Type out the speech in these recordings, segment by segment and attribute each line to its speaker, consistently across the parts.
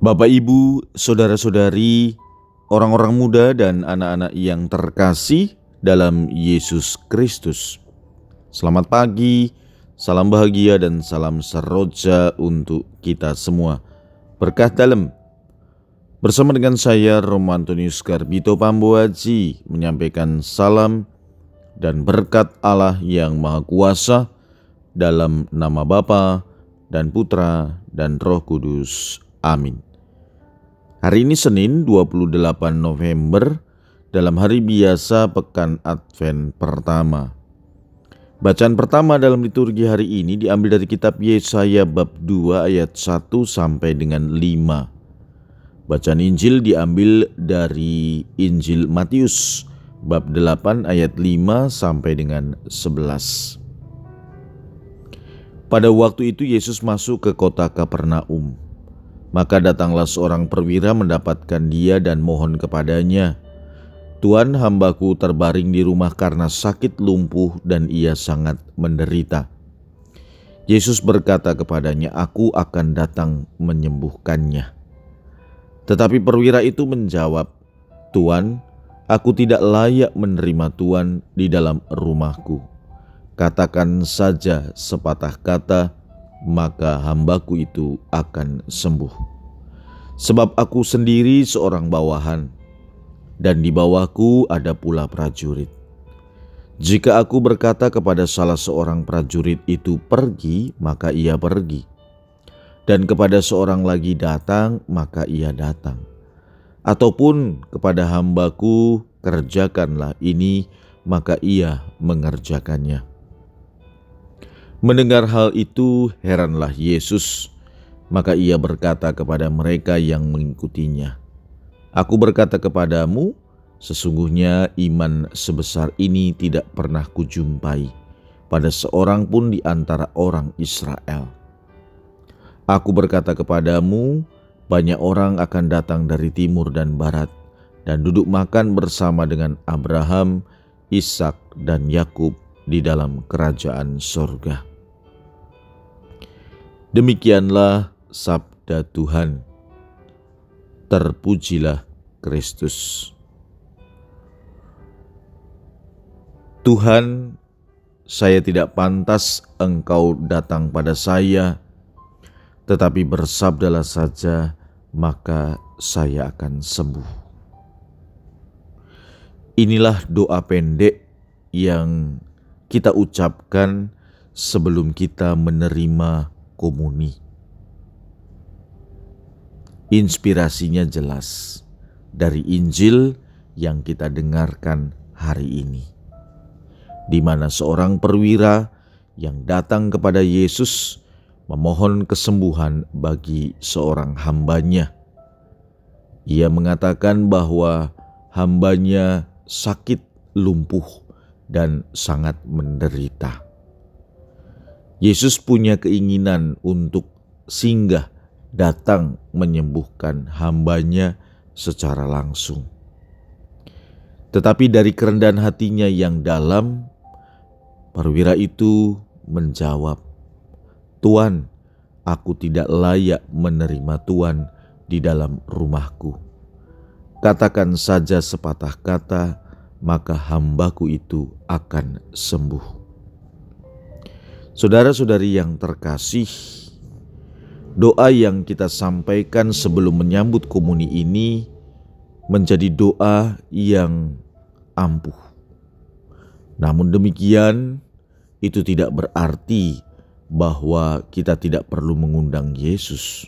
Speaker 1: Bapak, Ibu, saudara-saudari, orang-orang muda dan anak-anak yang terkasih dalam Yesus Kristus. Selamat pagi, salam bahagia dan salam seroja untuk kita semua. Berkah dalam. Bersama dengan saya Romantonius Garbito Pambuaji menyampaikan salam dan berkat Allah yang Maha Kuasa dalam nama Bapa dan Putra dan Roh Kudus. Amin. Hari ini Senin 28 November dalam hari biasa pekan Advent pertama. Bacaan pertama dalam liturgi hari ini diambil dari kitab Yesaya bab 2 ayat 1 sampai dengan 5. Bacaan Injil diambil dari Injil Matius bab 8 ayat 5 sampai dengan 11. Pada waktu itu Yesus masuk ke kota Kapernaum. Maka datanglah seorang perwira mendapatkan dia dan mohon kepadanya, "Tuan, hambaku terbaring di rumah karena sakit lumpuh dan ia sangat menderita." Yesus berkata kepadanya, "Aku akan datang menyembuhkannya." Tetapi perwira itu menjawab, "Tuan, aku tidak layak menerima Tuan di dalam rumahku. Katakan saja sepatah kata, maka hambaku itu akan sembuh. Sebab aku sendiri seorang bawahan, dan di bawahku ada pula prajurit. Jika aku berkata kepada salah seorang prajurit itu pergi, maka ia pergi. Dan kepada seorang lagi datang, maka ia datang. Ataupun kepada hambaku, kerjakanlah ini, maka ia mengerjakannya." Mendengar hal itu, heranlah Yesus. Maka ia berkata kepada mereka yang mengikutinya, "Aku berkata kepadamu, sesungguhnya iman sebesar ini tidak pernah kujumpai pada seorang pun di antara orang Israel. Aku berkata kepadamu, banyak orang akan datang dari timur dan barat dan duduk makan bersama dengan Abraham, Ishak, dan Yakub di dalam kerajaan sorga." Demikianlah sabda Tuhan. Terpujilah Kristus. Tuhan, saya tidak pantas Engkau datang pada saya, tetapi bersabdalah saja, maka saya akan sembuh. Inilah doa pendek yang kita ucapkan sebelum kita menerima komuni. Inspirasinya jelas dari Injil yang kita dengarkan hari ini, di mana seorang perwira yang datang kepada Yesus memohon kesembuhan bagi seorang hambanya. Ia mengatakan bahwa hambanya sakit lumpuh dan sangat menderita. Yesus punya keinginan untuk singgah datang menyembuhkan hambanya secara langsung. Tetapi dari kerendahan hatinya yang dalam, perwira itu menjawab, "Tuan, aku tidak layak menerima Tuan di dalam rumahku. Katakan saja sepatah kata, maka hambaku itu akan sembuh." Saudara-saudari yang terkasih, doa yang kita sampaikan sebelum menyambut komuni ini menjadi doa yang ampuh. Namun demikian, itu tidak berarti bahwa kita tidak perlu mengundang Yesus.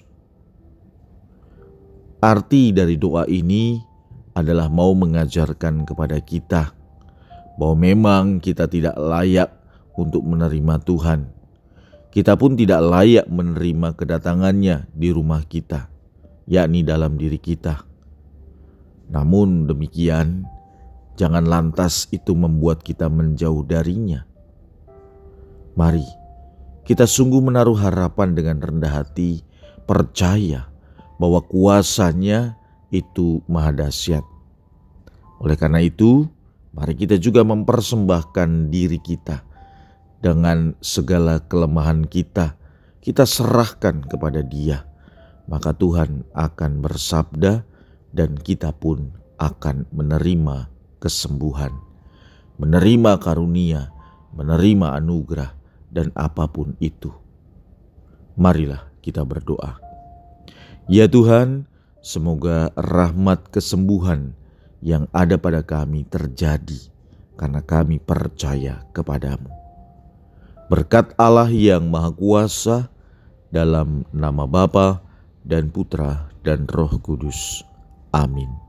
Speaker 1: Arti dari doa ini adalah mau mengajarkan kepada kita bahwa memang kita tidak layak untuk menerima Tuhan. Kita pun tidak layak menerima kedatangannya di rumah kita, yakni dalam diri kita. Namun demikian, jangan lantas itu membuat kita menjauh darinya. Mari kita sungguh menaruh harapan dengan rendah hati, percaya bahwa kuasanya itu maha dahsyat. Oleh karena itu, mari kita juga mempersembahkan diri kita. Dengan segala kelemahan kita serahkan kepada Dia. maka Tuhan akan bersabda dan kita pun akan menerima kesembuhan, menerima karunia, menerima anugerah, dan apapun itu. Marilah kita berdoa. Ya Tuhan, semoga rahmat kesembuhan yang ada pada kami terjadi karena kami percaya kepadamu. Berkat Allah yang Maha Kuasa, dalam nama Bapa dan Putra dan Roh Kudus. Amin.